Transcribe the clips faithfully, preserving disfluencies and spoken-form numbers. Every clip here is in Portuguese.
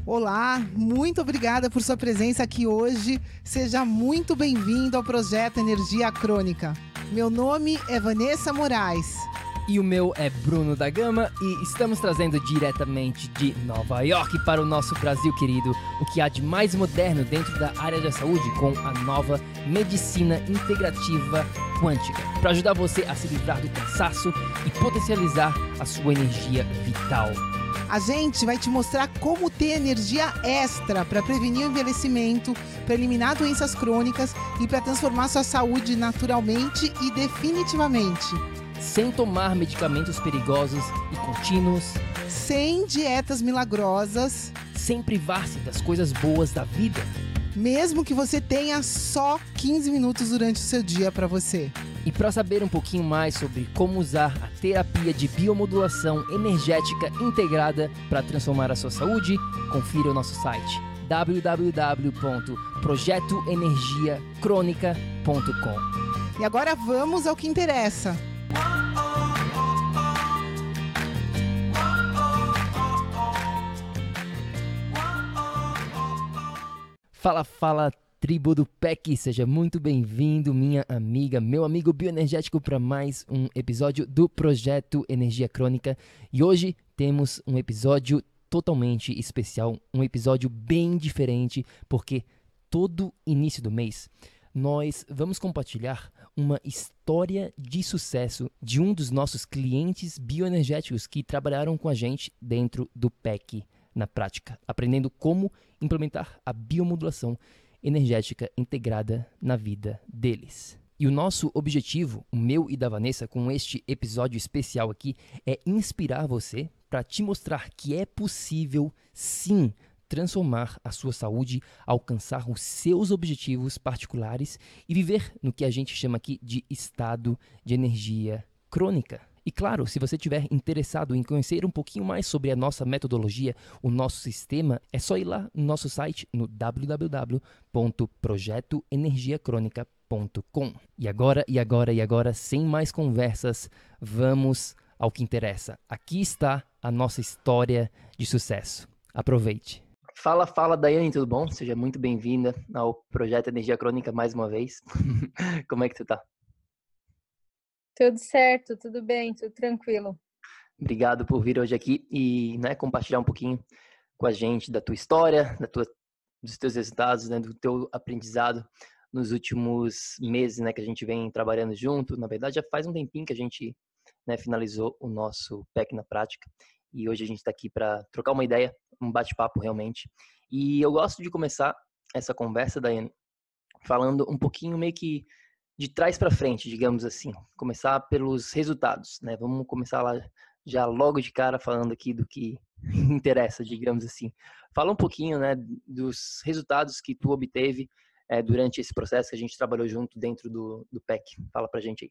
Olá, muito obrigada por sua presença aqui hoje. Seja muito bem-vindo ao Projeto Energia Crônica. Meu nome é Vanessa Moraes. E o meu é Bruno da Gama e estamos trazendo diretamente de Nova York para o nosso Brasil querido o que há de mais moderno dentro da área da saúde com a nova medicina integrativa quântica, para ajudar você a se livrar do cansaço e potencializar a sua energia vital. A gente vai te mostrar como ter energia extra para prevenir o envelhecimento, para eliminar doenças crônicas e para transformar sua saúde naturalmente e definitivamente. Sem tomar medicamentos perigosos e contínuos. Sem dietas milagrosas. Sem privar-se das coisas boas da vida. Mesmo que você tenha só quinze minutos durante o seu dia para você. E para saber um pouquinho mais sobre como usar a terapia de biomodulação energética integrada para transformar a sua saúde, confira o nosso site w w w ponto projeto energia crônica ponto com. E agora vamos ao que interessa. Fala, fala, tribo do P E C, seja muito bem-vindo, minha amiga, meu amigo bioenergético, para mais um episódio do Projeto Energia Crônica. E hoje temos um episódio totalmente especial, um episódio bem diferente, porque todo início do mês nós vamos compartilhar uma história de sucesso de um dos nossos clientes bioenergéticos que trabalharam com a gente dentro do P E C na prática, aprendendo como implementar a biomodulação energética integrada na vida deles. E o nosso objetivo, o meu e da Vanessa, com este episódio especial aqui, é inspirar você para te mostrar que é possível, sim, transformar a sua saúde, alcançar os seus objetivos particulares e viver no que a gente chama aqui de estado de energia crônica. E claro, se você estiver interessado em conhecer um pouquinho mais sobre a nossa metodologia, o nosso sistema, é só ir lá no nosso site no w w w ponto projeto energia crônica ponto com. E agora, e agora, e agora, sem mais conversas, vamos ao que interessa. Aqui está a nossa história de sucesso. Aproveite. Fala, fala, Daiane, tudo bom? Seja muito bem-vinda ao Projeto Energia Crônica mais uma vez. Como é que você tá? Tudo certo, tudo bem, tudo tranquilo. Obrigado por vir hoje aqui e né, compartilhar um pouquinho com a gente da tua história, da tua, dos teus resultados, né, do teu aprendizado nos últimos meses, né, que a gente vem trabalhando junto. Na verdade, já faz um tempinho que a gente né, finalizou o nosso P E C na prática e hoje a gente está aqui para trocar uma ideia, um bate-papo realmente. E eu gosto de começar essa conversa, Daiane, falando um pouquinho meio que de trás para frente, digamos assim, começar pelos resultados, né? Vamos começar lá já logo de cara falando aqui do que interessa, digamos assim. Fala um pouquinho, né, dos resultados que tu obteve é, durante esse processo que a gente trabalhou junto dentro do, do P E C. Fala pra gente aí.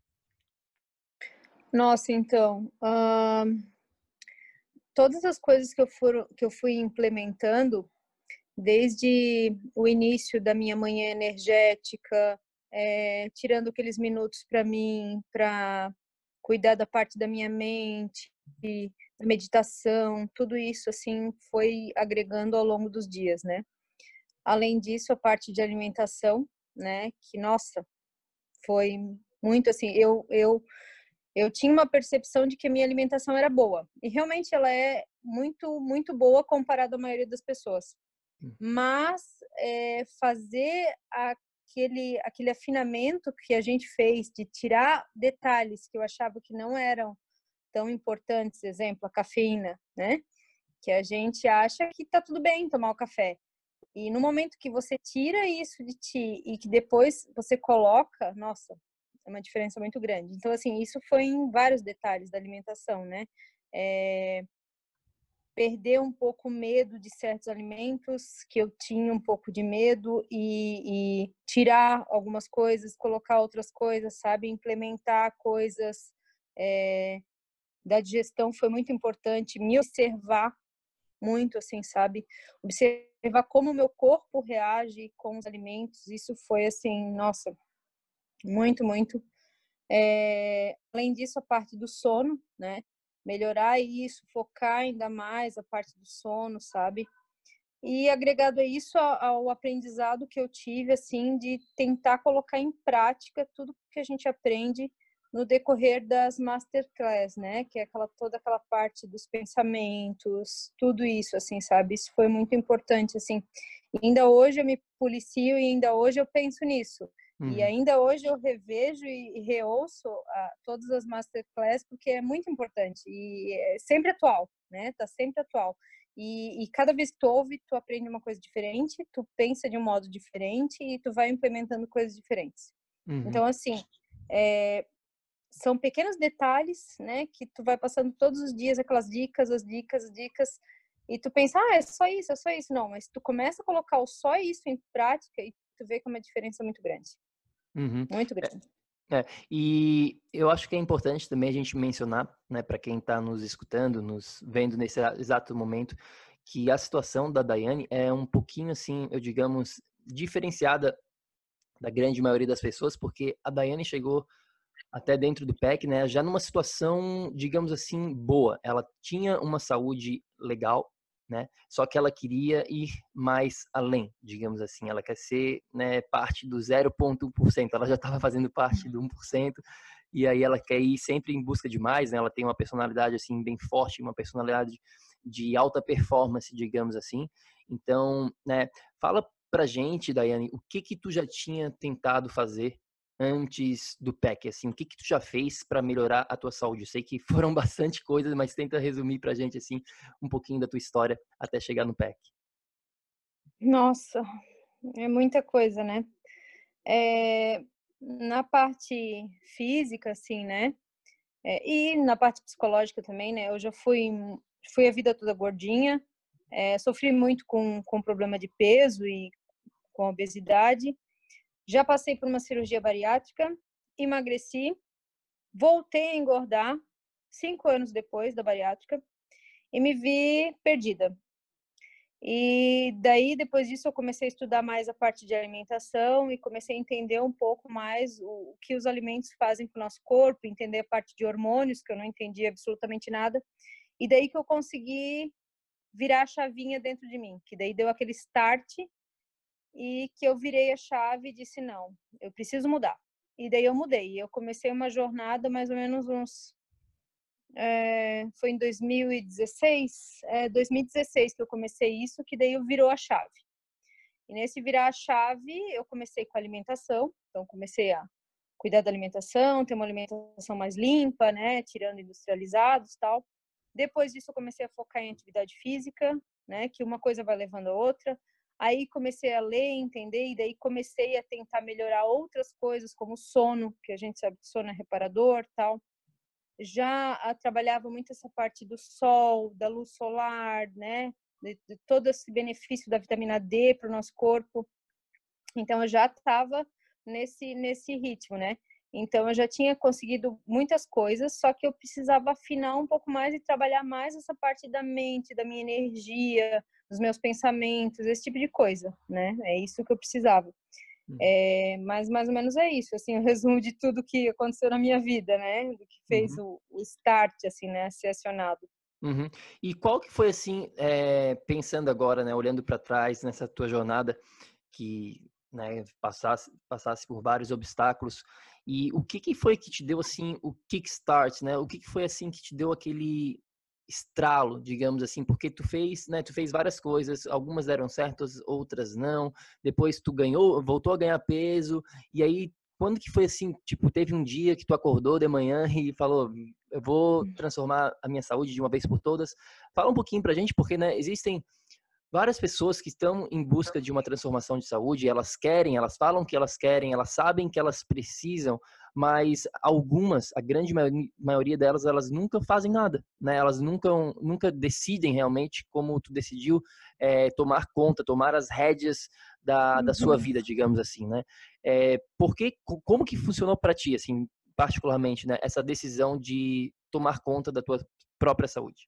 Nossa, então, hum, todas as coisas que eu, for, que eu fui implementando, desde o início da minha manhã energética, é, tirando aqueles minutos para mim, para cuidar da parte da minha mente, da meditação, tudo isso assim foi agregando ao longo dos dias, né? Além disso, a parte de alimentação, né? Que nossa, foi muito assim. Eu eu eu tinha uma percepção de que a minha alimentação era boa e realmente ela é muito muito boa comparada à maioria das pessoas. Mas é, fazer aquele, aquele afinamento que a gente fez de tirar detalhes que eu achava que não eram tão importantes, exemplo, a cafeína, né? Que a gente acha que tá tudo bem tomar o café. E no momento que você tira isso de ti e que depois você coloca, nossa, é uma diferença muito grande. Então, assim, isso foi em vários detalhes da alimentação, né? É... perder um pouco o medo de certos alimentos, que eu tinha um pouco de medo, e, e tirar algumas coisas, colocar outras coisas, sabe? Implementar coisas é, da digestão foi muito importante, me observar muito, assim, sabe? Observar como o meu corpo reage com os alimentos, isso foi, assim, nossa, muito, muito. É, além disso, a parte do sono, né? Melhorar isso, focar ainda mais a parte do sono, sabe? E agregado a isso, ao aprendizado que eu tive, assim, de tentar colocar em prática tudo que a gente aprende no decorrer das masterclass, né? Que é aquela, toda aquela parte dos pensamentos, tudo isso, assim, sabe? Isso foi muito importante, assim. E ainda hoje eu me policio e ainda hoje eu penso nisso. Uhum. E ainda hoje eu revejo e reouço a, todas as masterclass, porque é muito importante. E é sempre atual, né? Tá sempre atual. E, e cada vez que tu ouve, tu aprende uma coisa diferente, tu pensa de um modo diferente e tu vai implementando coisas diferentes. Uhum. Então, assim, é, são pequenos detalhes, né, que tu vai passando todos os dias aquelas dicas, as dicas, as dicas, e tu pensa, ah, é só isso, é só isso. Não, mas tu começa a colocar o só isso em prática e tu vê que é uma diferença muito grande. Uhum. Muito grande. É, é, e eu acho que é importante também a gente mencionar, né, para quem está nos escutando, nos vendo nesse exato momento, que a situação da Daiane é um pouquinho assim, eu digamos, diferenciada da grande maioria das pessoas, porque a Daiane chegou até dentro do P E C, né, já numa situação, digamos assim, boa. Ela tinha uma saúde legal, né, só que ela queria ir mais além, digamos assim. Ela quer ser, né, parte do zero vírgula um por cento. Ela já estava fazendo parte do um por cento e aí ela quer ir sempre em busca de mais, né? Ela tem uma personalidade assim bem forte, uma personalidade de alta performance, digamos assim. Então, né, fala pra gente, Daiane, o que que tu já tinha tentado fazer antes do P E C, assim, o que que tu já fez para melhorar a tua saúde? Eu sei que foram bastante coisas, mas tenta resumir pra gente, assim, um pouquinho da tua história até chegar no P E C. Nossa, é muita coisa, né? É, na parte física, assim, né? É, e na parte psicológica também, né? Eu já fui, fui a vida toda gordinha, é, sofri muito com, com problema de peso e com obesidade. Já passei por uma cirurgia bariátrica, emagreci, voltei a engordar cinco anos depois da bariátrica e me vi perdida. E daí, depois disso, eu comecei a estudar mais a parte de alimentação e comecei a entender um pouco mais o que os alimentos fazem com o nosso corpo, entender a parte de hormônios, que eu não entendia absolutamente nada. E daí que eu consegui virar a chavinha dentro de mim, que daí deu aquele start e que eu virei a chave e disse, não, eu preciso mudar. E daí eu mudei. Eu comecei uma jornada mais ou menos uns... É, foi em dois mil e dezesseis, é, dois mil e dezesseis que eu comecei isso, que daí eu virou a chave. E nesse virar a chave, eu comecei com a alimentação, então comecei a cuidar da alimentação, ter uma alimentação mais limpa, né, tirando industrializados e tal. Depois disso, eu comecei a focar em atividade física, né, que uma coisa vai levando a outra. Aí comecei a ler, entender, e daí comecei a tentar melhorar outras coisas, como o sono, que a gente sabe que o sono é reparador, tal. Já a, trabalhava muito essa parte do sol, da luz solar, né? De, de todo esse benefício da vitamina D para o nosso corpo. Então, eu já estava nesse, nesse ritmo, né? Então, eu já tinha conseguido muitas coisas, só que eu precisava afinar um pouco mais e trabalhar mais essa parte da mente, da minha energia, dos meus pensamentos, esse tipo de coisa, né? É isso que eu precisava. É, mas mais ou menos é isso, assim, o resumo de tudo que aconteceu na minha vida, né? Do que fez Uhum. o, o start, assim, né? Ser acionado. Uhum. E qual que foi, assim, é, pensando agora, né, olhando para trás nessa tua jornada, que, né, passasse, passasse por vários obstáculos, e o que que foi que te deu, assim, o kickstart, né? O que que foi, assim, que te deu aquele estralo, digamos assim, porque tu fez, né, tu fez várias coisas, algumas deram certas, outras não, depois tu ganhou, voltou a ganhar peso, e aí, quando que foi assim, tipo, teve um dia que tu acordou de manhã e falou, eu vou transformar a minha saúde de uma vez por todas? Fala um pouquinho pra gente, porque, né, existem várias pessoas que estão em busca de uma transformação de saúde, elas querem, elas falam que elas querem, elas sabem que elas precisam, mas algumas, a grande maioria delas, elas nunca fazem nada, né? Elas nunca, nunca decidem realmente como tu decidiu é, tomar conta, tomar as rédeas da, da sua vida, digamos assim, né? É, porque, como que funcionou para ti, assim, particularmente, né? Essa decisão de tomar conta da tua própria saúde?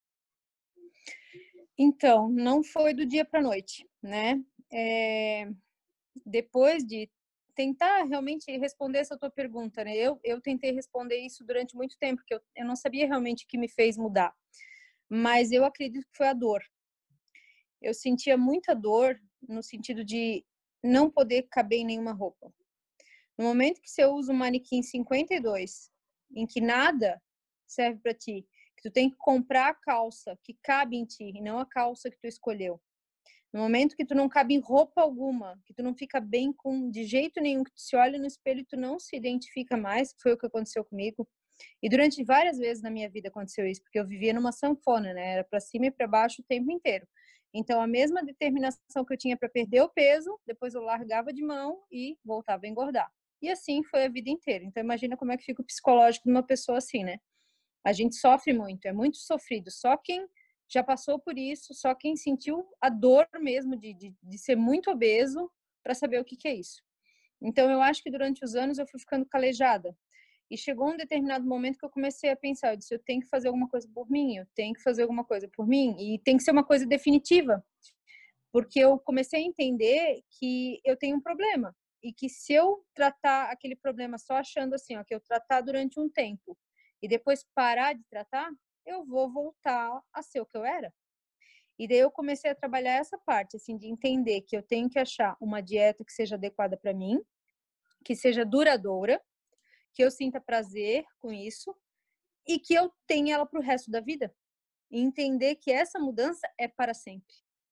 Então, não foi do dia para a noite, né? É, depois de tentar realmente responder essa tua pergunta, né? Eu, eu tentei responder isso durante muito tempo, porque eu, eu não sabia realmente o que me fez mudar. Mas eu acredito que foi a dor. eu sentia muita dor no sentido de não poder caber em nenhuma roupa. No momento que você usa um manequim cinquenta e dois, em que nada serve para ti, que tu tem que comprar a calça que cabe em ti e não a calça que tu escolheu. No momento que tu não cabe em roupa alguma, que tu não fica bem com de jeito nenhum, que tu se olha no espelho e tu não se identifica mais, que foi o que aconteceu comigo. E durante várias vezes na minha vida aconteceu isso, porque eu vivia numa sanfona, né? Era para cima e para baixo o tempo inteiro. Então, a mesma determinação que eu tinha para perder o peso, depois eu largava de mão e voltava a engordar. E assim foi a vida inteira. Então, imagina como é que fica o psicológico de uma pessoa assim, né? A gente sofre muito, é muito sofrido. Só quem já passou por isso, só quem sentiu a dor mesmo de, de, de ser muito obeso para saber o que, que é isso. Então, eu acho que durante os anos eu fui ficando calejada. E chegou um determinado momento que eu comecei a pensar, eu disse, eu tenho que fazer alguma coisa por mim, eu tenho que fazer alguma coisa por mim, e tem que ser uma coisa definitiva, porque eu comecei a entender que eu tenho um problema, e que se eu tratar aquele problema só achando assim, ó, que eu tratar durante um tempo, e depois parar de tratar, eu vou voltar a ser o que eu era. E daí eu comecei a trabalhar essa parte, assim, de entender que eu tenho que achar uma dieta que seja adequada para mim, que seja duradoura, que eu sinta prazer com isso e que eu tenha ela para o resto da vida. E entender que essa mudança é para sempre.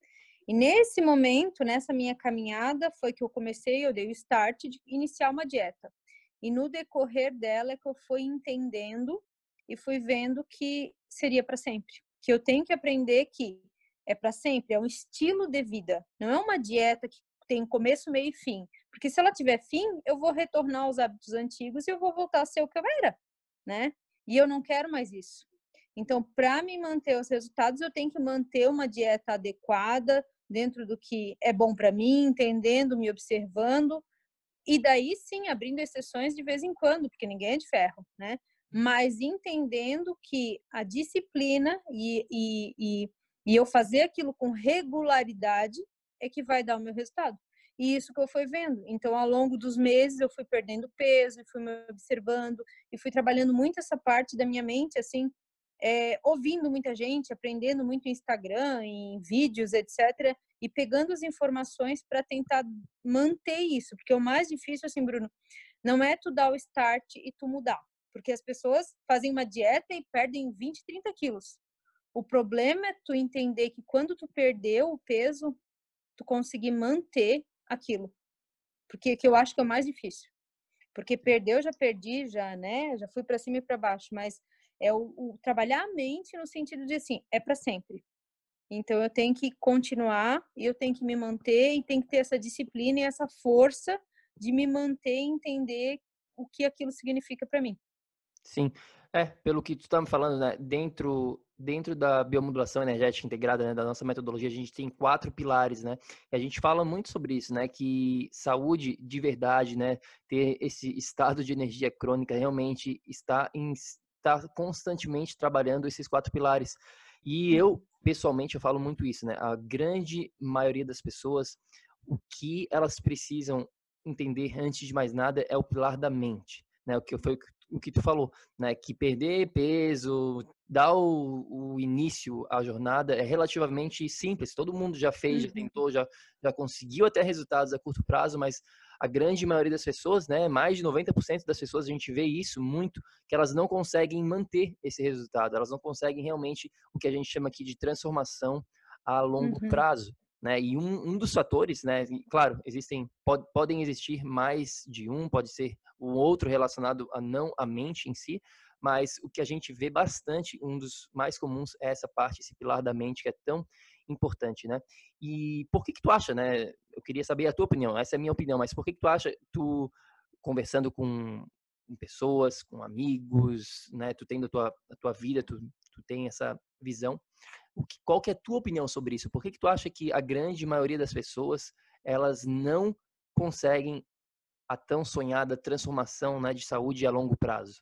E nesse momento, nessa minha caminhada, foi que eu comecei, eu dei o start de iniciar uma dieta. E no decorrer dela é que eu fui entendendo e fui vendo que seria para sempre. Que eu tenho que aprender que é para sempre, é um estilo de vida. Não é uma dieta que tem começo, meio e fim. Porque se ela tiver fim, eu vou retornar aos hábitos antigos e eu vou voltar a ser o que eu era, né? E eu não quero mais isso. Então, para me manter os resultados, eu tenho que manter uma dieta adequada, dentro do que é bom para mim, entendendo, me observando, e daí sim, abrindo exceções de vez em quando, porque ninguém é de ferro, né? Mas entendendo que a disciplina e, e, e, e eu fazer aquilo com regularidade é que vai dar o meu resultado. E isso que eu fui vendo. Então, ao longo dos meses, eu fui perdendo peso, e fui me observando, e fui trabalhando muito essa parte da minha mente, assim, é, ouvindo muita gente, aprendendo muito em Instagram, em vídeos, etcétera, e pegando as informações para tentar manter isso. Porque o mais difícil, assim, Bruno, não é tu dar o start e tu mudar. Porque as pessoas fazem uma dieta e perdem vinte, trinta quilos. O problema é tu entender que quando tu perdeu o peso, tu conseguir manter aquilo. Porque que eu acho que é o mais difícil. Porque perder eu já perdi, já, né? Já fui para cima e para baixo, mas é o, o trabalhar a mente no sentido de assim, é para sempre. Então eu tenho que continuar e eu tenho que me manter e tenho que ter essa disciplina e essa força de me manter e entender o que aquilo significa para mim. Sim, é, pelo que tu tá me falando, né, dentro, dentro da biomodulação energética integrada, né, da nossa metodologia, a gente tem quatro pilares, né, e a gente fala muito sobre isso, né, que saúde de verdade, né, ter esse estado de energia crônica realmente está em, está constantemente trabalhando esses quatro pilares. E eu, pessoalmente, eu falo muito isso, né, a grande maioria das pessoas, o que elas precisam entender antes de mais nada é o pilar da mente, né, o que foi o que tu falou, né, que perder peso, dar o, o início à jornada é relativamente simples. Todo mundo já fez, já tentou, já, já conseguiu até resultados a curto prazo, mas a grande maioria das pessoas, né, mais de noventa por cento das pessoas, a gente vê isso muito, que elas não conseguem manter esse resultado, elas não conseguem realmente o que a gente chama aqui de transformação a longo Uhum. prazo. Né? E um, um dos fatores, né, claro, existem, pod, podem existir mais de um, pode ser um outro relacionado a não a mente em si, mas o que a gente vê bastante, um dos mais comuns é essa parte, esse pilar da mente que é tão importante, né? E por que que tu acha, né? Eu queria saber a tua opinião, essa é a minha opinião, mas por que que tu acha, tu conversando com, com pessoas, com amigos, né? Tu tendo a tua, a tua vida, tu, tu tem essa visão, o que, qual que é a tua opinião sobre isso? Por que que tu acha que a grande maioria das pessoas, elas não conseguem a tão sonhada transformação, né, de saúde a longo prazo?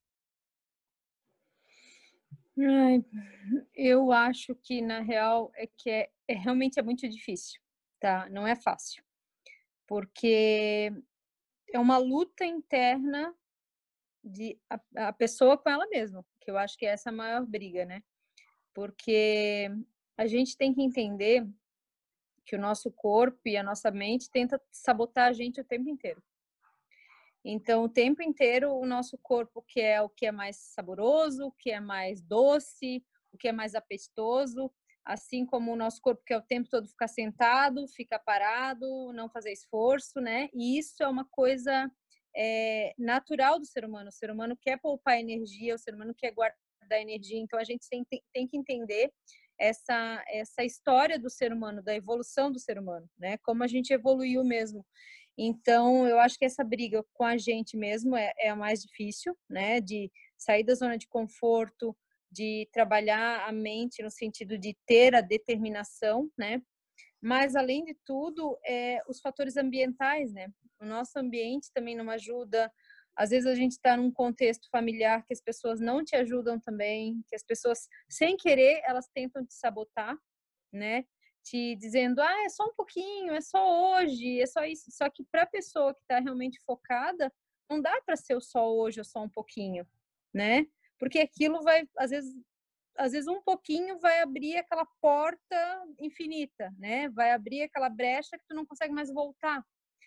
Ai, eu acho que, na real, é que é, é realmente é muito difícil, tá? Não é fácil. Porque é uma luta interna de a, a pessoa com ela mesma, que eu acho que é essa a maior briga, né? Porque a gente tem que entender que o nosso corpo e a nossa mente tenta sabotar a gente o tempo inteiro. Então, o tempo inteiro, o nosso corpo quer o que é mais saboroso, o que é mais doce, o que é mais apetitoso, assim como o nosso corpo quer o tempo todo ficar sentado, ficar parado, não fazer esforço, né? E isso é uma coisa é, natural do ser humano. O ser humano quer poupar energia, o ser humano quer guardar energia. Então, a gente tem, tem que entender essa, essa história do ser humano, da evolução do ser humano, né? Como a gente evoluiu mesmo. Então, eu acho que essa briga com a gente mesmo é, é a mais difícil, né? De sair da zona de conforto, de trabalhar a mente no sentido de ter a determinação, né? Mas, além de tudo, é, os fatores ambientais, né? O nosso ambiente também não ajuda. Às vezes a gente está num contexto familiar que as pessoas não te ajudam também, que as pessoas, sem querer, elas tentam te sabotar, né? Te dizendo, ah, é só um pouquinho, é só hoje, é só isso. Só que para a pessoa que está realmente focada, não dá para ser o só hoje ou só um pouquinho, né? Porque aquilo vai, às vezes, às vezes um pouquinho vai abrir aquela porta infinita, né? Vai abrir aquela brecha que tu não consegue mais voltar.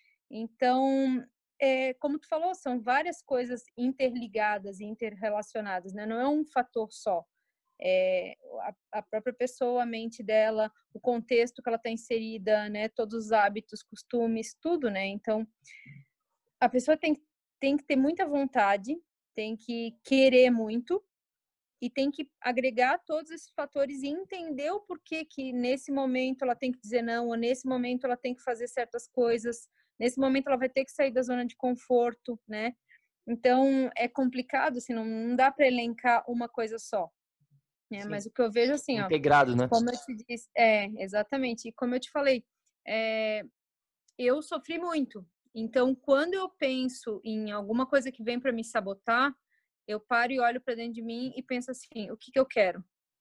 Então, é, como tu falou, são várias coisas interligadas e interrelacionadas, né? Não é um fator só. É, a, a própria pessoa, a mente dela, o contexto que ela está inserida, né? Todos os hábitos, costumes, tudo, né? Então, a pessoa tem, tem que ter muita vontade, tem que querer muito e tem que agregar todos esses fatores e entender o porquê que nesse momento ela tem que dizer não, ou nesse momento ela tem que fazer certas coisas, nesse momento ela vai ter que sair da zona de conforto, né? Então, é complicado, assim, não, não dá para elencar uma coisa só. É, mas o que eu vejo assim, integrado, ó, né? como eu te disse, é, exatamente, e como eu te falei, é, eu sofri muito. Então, quando eu penso em alguma coisa que vem para me sabotar, eu paro e olho para dentro de mim e penso assim, o que que eu quero?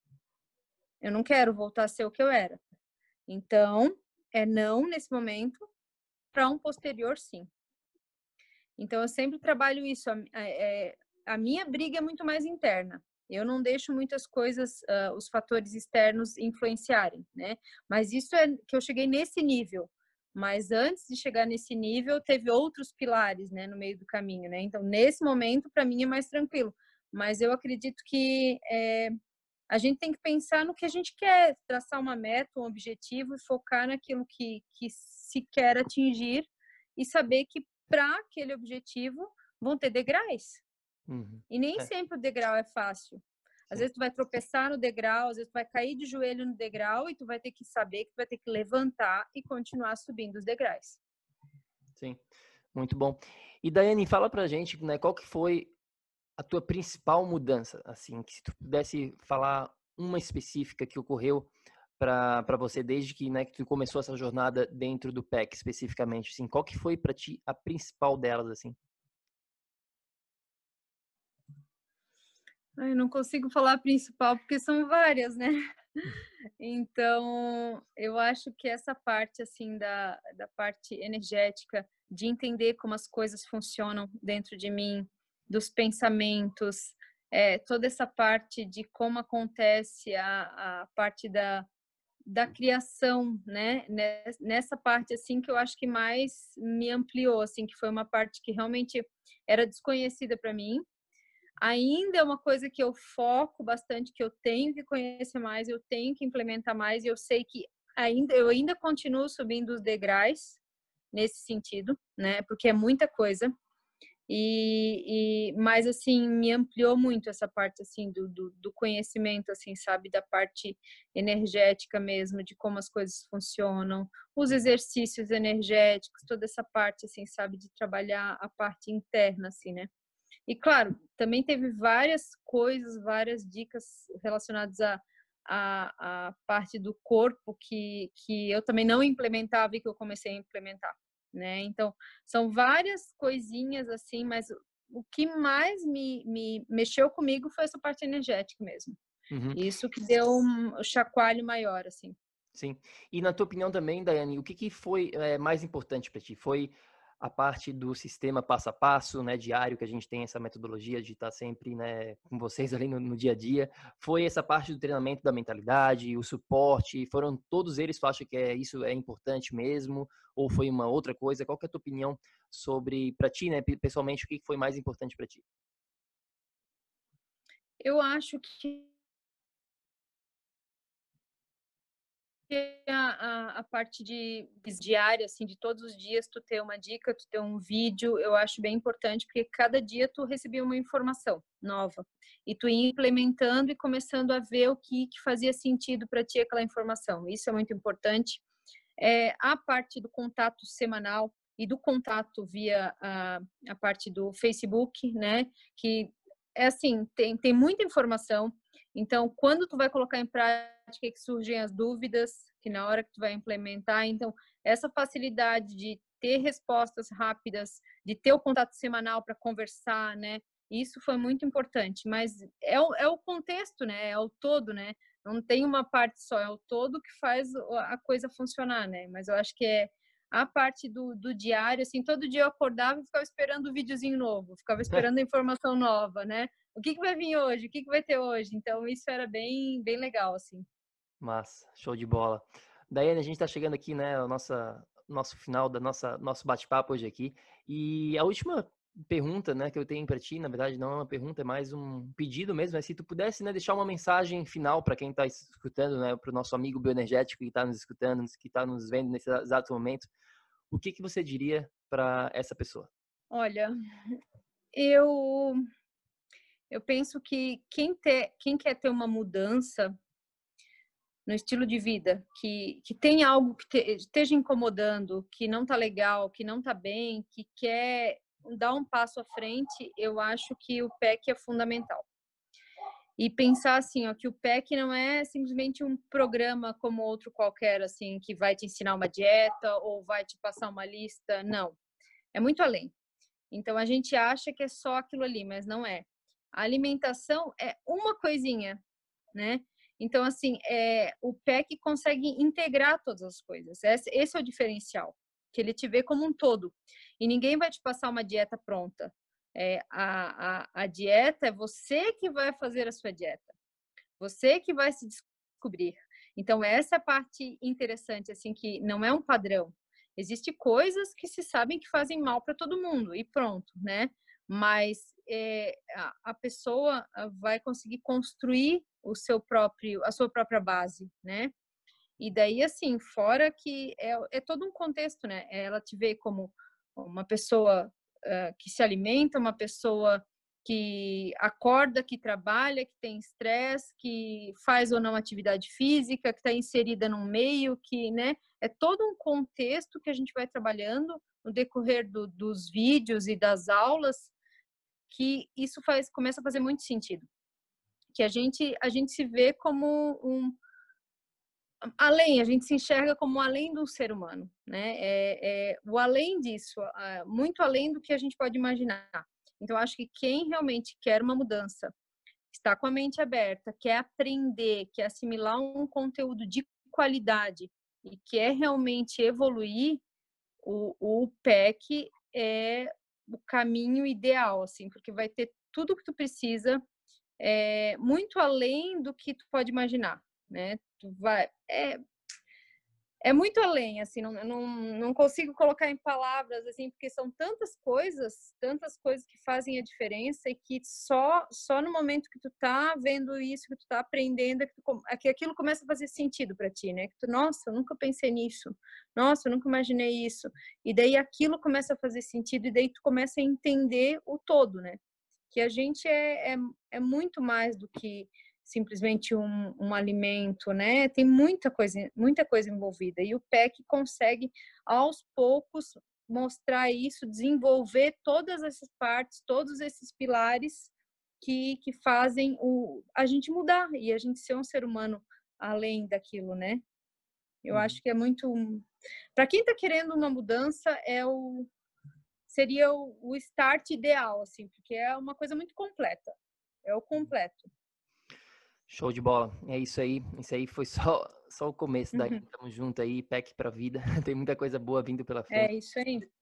Eu não quero voltar a ser o que eu era. Então, é não nesse momento, para um posterior sim. Então, eu sempre trabalho isso. A, a, a minha briga é muito mais interna. Eu não deixo muitas coisas, uh, os fatores externos influenciarem, né? Mas isso é que eu cheguei nesse nível. Mas antes de chegar nesse nível, teve outros pilares, né, no meio do caminho, né? Então, nesse momento, para mim é mais tranquilo. Mas eu acredito que é, a gente tem que pensar no que a gente quer, traçar uma meta, um objetivo e focar naquilo que, que se quer atingir e saber que para aquele objetivo vão ter degraus. Uhum. E nem É. sempre o degrau é fácil. Às Sim. vezes tu vai tropeçar no degrau, às vezes tu vai cair de joelho no degrau e tu vai ter que saber que tu vai ter que levantar e continuar subindo os degraus. Sim, muito bom. E Daiane, fala pra gente, né, qual que foi a tua principal mudança, assim, que se tu pudesse falar uma específica que ocorreu para para você desde que, né, que tu começou essa jornada dentro do P E C especificamente, assim, qual que foi para ti a principal delas, assim? Eu não consigo falar a principal porque são várias, né? Então, eu acho que essa parte, assim, da, da parte energética, de entender como as coisas funcionam dentro de mim, dos pensamentos, é, toda essa parte de como acontece a, a parte da, da criação, né? Nessa parte, assim, que eu acho que mais me ampliou, assim, que foi uma parte que realmente era desconhecida para mim. Ainda é uma coisa que eu foco bastante, que eu tenho que conhecer mais, eu tenho que implementar mais, e eu sei que ainda eu ainda continuo subindo os degraus nesse sentido, né? Porque é muita coisa. E, e mas assim me ampliou muito essa parte assim do, do, do conhecimento, assim, sabe, da parte energética mesmo, de como as coisas funcionam, os exercícios energéticos, toda essa parte, assim, sabe, de trabalhar a parte interna, assim, né? E, claro, também teve várias coisas, várias dicas relacionadas à a, a, parte do corpo que, que eu também não implementava e que eu comecei a implementar, né? Então, são várias coisinhas assim, mas o que mais me, me mexeu comigo foi essa parte energética mesmo. Uhum. Isso que deu um chacoalho maior, assim. Sim. E na tua opinião também, Daiane, o que, que foi é, mais importante para ti? Foi a parte do sistema passo a passo, né, diário, que a gente tem essa metodologia de estar sempre, né, com vocês ali no, no dia a dia, foi essa parte do treinamento da mentalidade, o suporte, foram todos eles, tu acha que é, isso é importante mesmo, ou foi uma outra coisa? Qual que é a tua opinião sobre, para ti, né, pessoalmente, o que foi mais importante para ti? Eu acho que a, a, a parte de diária, assim, de todos os dias, tu ter uma dica, tu ter um vídeo, eu acho bem importante, porque cada dia tu recebia uma informação nova. E tu ia implementando e começando a ver o que, que fazia sentido para ti aquela informação. Isso é muito importante. É, a parte do contato semanal e do contato via a, a parte do Facebook, né? Que é assim, tem, tem muita informação. Então, quando tu vai colocar em prática que surgem as dúvidas, que na hora que tu vai implementar, então, essa facilidade de ter respostas rápidas, de ter o contato semanal para conversar, né? Isso foi muito importante, mas é o, é o contexto, né? É o todo, né? Não tem uma parte só, é o todo que faz a coisa funcionar, né? Mas eu acho que é a parte do, do diário, assim, todo dia eu acordava e ficava esperando o um videozinho novo, ficava esperando a informação nova, né? O que, que vai vir hoje? O que, que vai ter hoje? Então, isso era bem, bem legal, assim. Massa, show de bola. Daiane, a gente está chegando aqui, né, o nossa, nosso final da nossa nosso bate-papo hoje aqui. E a última pergunta, né, que eu tenho para ti, na verdade, não é uma pergunta, é mais um pedido mesmo, é se tu pudesse, né, deixar uma mensagem final para quem está escutando, né, para o nosso amigo bioenergético que está nos escutando, que está nos vendo nesse exato momento, o que que você diria para essa pessoa? Olha, eu eu penso que quem, ter, quem quer ter uma mudança no estilo de vida, que, que tem algo que te, esteja incomodando, que não tá legal, que não tá bem, que quer dar um passo à frente, eu acho que o P E C é fundamental. E pensar assim, ó, que o P E C não é simplesmente um programa como outro qualquer, assim, que vai te ensinar uma dieta ou vai te passar uma lista. Não, é muito além. Então, a gente acha que é só aquilo ali, mas não é. A alimentação é uma coisinha, né? Então, assim, é, o P E C consegue integrar todas as coisas. Esse, esse é o diferencial, que ele te vê como um todo. E ninguém vai te passar uma dieta pronta. É, a, a, a dieta é você que vai fazer a sua dieta. Você que vai se descobrir. Então, essa é a parte interessante, assim, que não é um padrão. Existem coisas que se sabem que fazem mal para todo mundo, e pronto, né? Mas é, a, a pessoa vai conseguir construir o seu próprio, a sua própria base, né? E daí, assim, fora que é, é todo um contexto, né? Ela te vê como uma pessoa uh, que se alimenta, uma pessoa que acorda, que trabalha, que tem estresse, que faz ou não atividade física, que está inserida num meio, que, né? É todo um contexto que a gente vai trabalhando no decorrer do, dos vídeos e das aulas, que isso faz, começa a fazer muito sentido. Que a gente, a gente se vê como um além, a gente se enxerga como além do ser humano, né? É, é, o além disso, muito além do que a gente pode imaginar. Então, acho que quem realmente quer uma mudança, está com a mente aberta, quer aprender, quer assimilar um conteúdo de qualidade e quer realmente evoluir, o, o P E C é o caminho ideal, assim, porque vai ter tudo o que tu precisa, é, muito além do que tu pode imaginar, né? Tu vai, é, é muito além, assim, não, não, não consigo colocar em palavras, assim, porque são tantas coisas, tantas coisas que fazem a diferença e que só, só no momento que tu tá vendo isso, que tu tá aprendendo, é que, tu, é que aquilo começa a fazer sentido para ti, né? Que tu, nossa, eu nunca pensei nisso, nossa, eu nunca imaginei isso. E daí aquilo começa a fazer sentido e daí tu começa a entender o todo, né? Que a gente é, é, é muito mais do que simplesmente um, um alimento, né? Tem muita coisa, muita coisa envolvida. E o P E C consegue, aos poucos, mostrar isso, desenvolver todas essas partes, todos esses pilares que, que fazem o, a gente mudar e a gente ser um ser humano além daquilo, né? Eu uhum. acho que é muito... Para quem está querendo uma mudança, é o, seria o, o start ideal, assim, porque é uma coisa muito completa. É o completo. Show de bola. É isso aí. Isso aí foi só, só o começo. Daí Uhum. Tamo junto aí, P E C pra vida. Tem muita coisa boa vindo pela frente. É isso aí.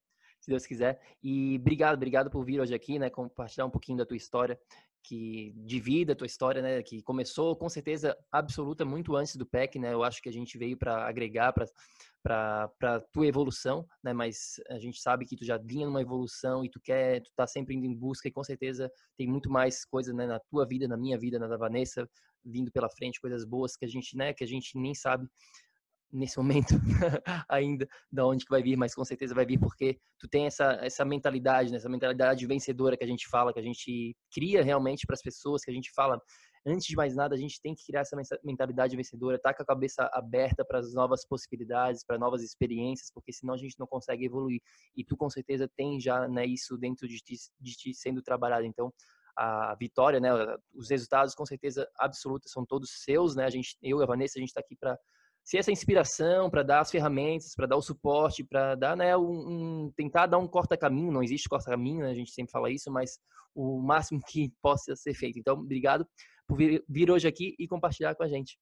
se Deus quiser. E obrigado, obrigado por vir hoje aqui, né, compartilhar um pouquinho da tua história, que de vida, a tua história, né, que começou com certeza absoluta muito antes do P E C, né? Eu acho que a gente veio para agregar para para tua evolução, né? Mas a gente sabe que tu já vinha numa evolução e tu quer, tu tá sempre indo em busca, e com certeza tem muito mais coisa, né, na tua vida, na minha vida, na da Vanessa, vindo pela frente, coisas boas que a gente, né, que a gente nem sabe nesse momento ainda da onde que vai vir, mas com certeza vai vir porque tu tem essa, essa mentalidade, né? Essa mentalidade vencedora que a gente fala, que a gente cria realmente para as pessoas, que a gente fala, antes de mais nada, a gente tem que criar essa mentalidade vencedora, tá com a cabeça aberta para as novas possibilidades, para novas experiências, porque senão a gente não consegue evoluir. E tu com certeza tem já, né, isso dentro de ti, de ti sendo trabalhado. Então, a vitória, né, os resultados com certeza absoluta são todos seus, né? A gente, eu e a Vanessa, a gente está aqui para ser essa inspiração, para dar as ferramentas, para dar o suporte, para dar, né, um, um, tentar dar um corta-caminho. Não existe corta-caminho, né? A gente sempre fala isso, mas o máximo que possa ser feito. Então, obrigado por vir, vir hoje aqui e compartilhar com a gente.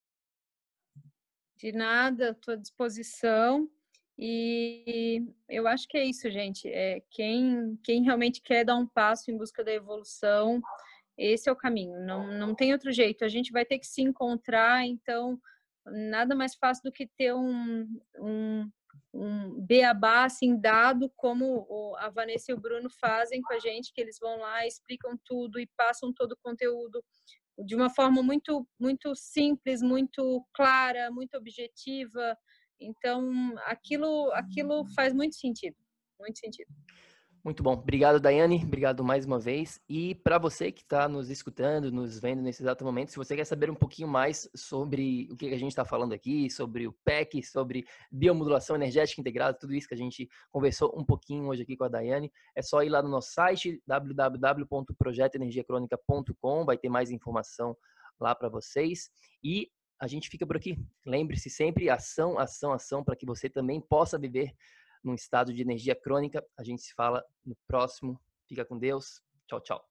De nada, estou à disposição. E eu acho que é isso, gente. É, quem, quem realmente quer dar um passo em busca da evolução, esse é o caminho. Não, não tem outro jeito. A gente vai ter que se encontrar, então nada mais fácil do que ter um, um, um beabá assim dado, como a Vanessa e o Bruno fazem com a gente, que eles vão lá, explicam tudo e passam todo o conteúdo de uma forma muito, muito simples, muito clara, muito objetiva. Então, aquilo, aquilo faz muito sentido, muito sentido. Muito bom. Obrigado, Daiane. Obrigado mais uma vez. E para você que está nos escutando, nos vendo nesse exato momento, se você quer saber um pouquinho mais sobre o que a gente está falando aqui, sobre o P E C, sobre biomodulação energética integrada, tudo isso que a gente conversou um pouquinho hoje aqui com a Daiane, é só ir lá no nosso site, w w w ponto projeto energia crônica ponto com, vai ter mais informação lá para vocês. E a gente fica por aqui. Lembre-se sempre, ação, ação, ação, para que você também possa viver num estado de energia crônica. A gente se fala no próximo. Fica com Deus. Tchau, tchau.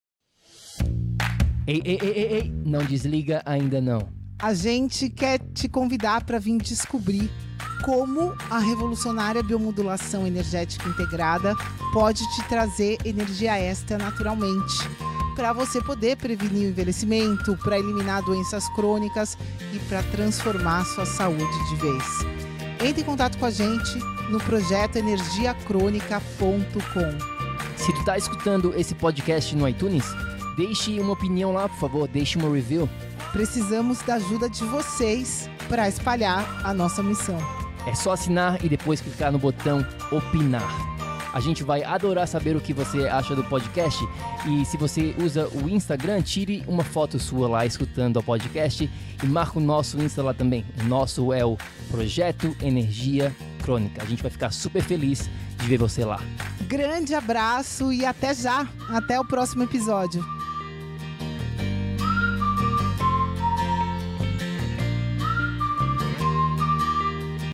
Ei, ei, ei, ei, ei. Não desliga ainda não. A gente quer te convidar para vir descobrir como a revolucionária biomodulação energética integrada pode te trazer energia extra naturalmente, para você poder prevenir o envelhecimento, para eliminar doenças crônicas e para transformar sua saúde de vez. Entre em contato com a gente no projeto energia crônica ponto com. Se tu tá escutando esse podcast no iTunes, deixe uma opinião lá, por favor, deixe uma review. Precisamos da ajuda de vocês para espalhar a nossa missão. É só assinar e depois clicar no botão opinar. A gente vai adorar saber o que você acha do podcast. E se você usa o Instagram, tire uma foto sua lá escutando o podcast e marca o nosso Insta lá também. O nosso é o Projeto Energia Crônica. A gente vai ficar super feliz de ver você lá. Grande abraço e até já! Até o próximo episódio.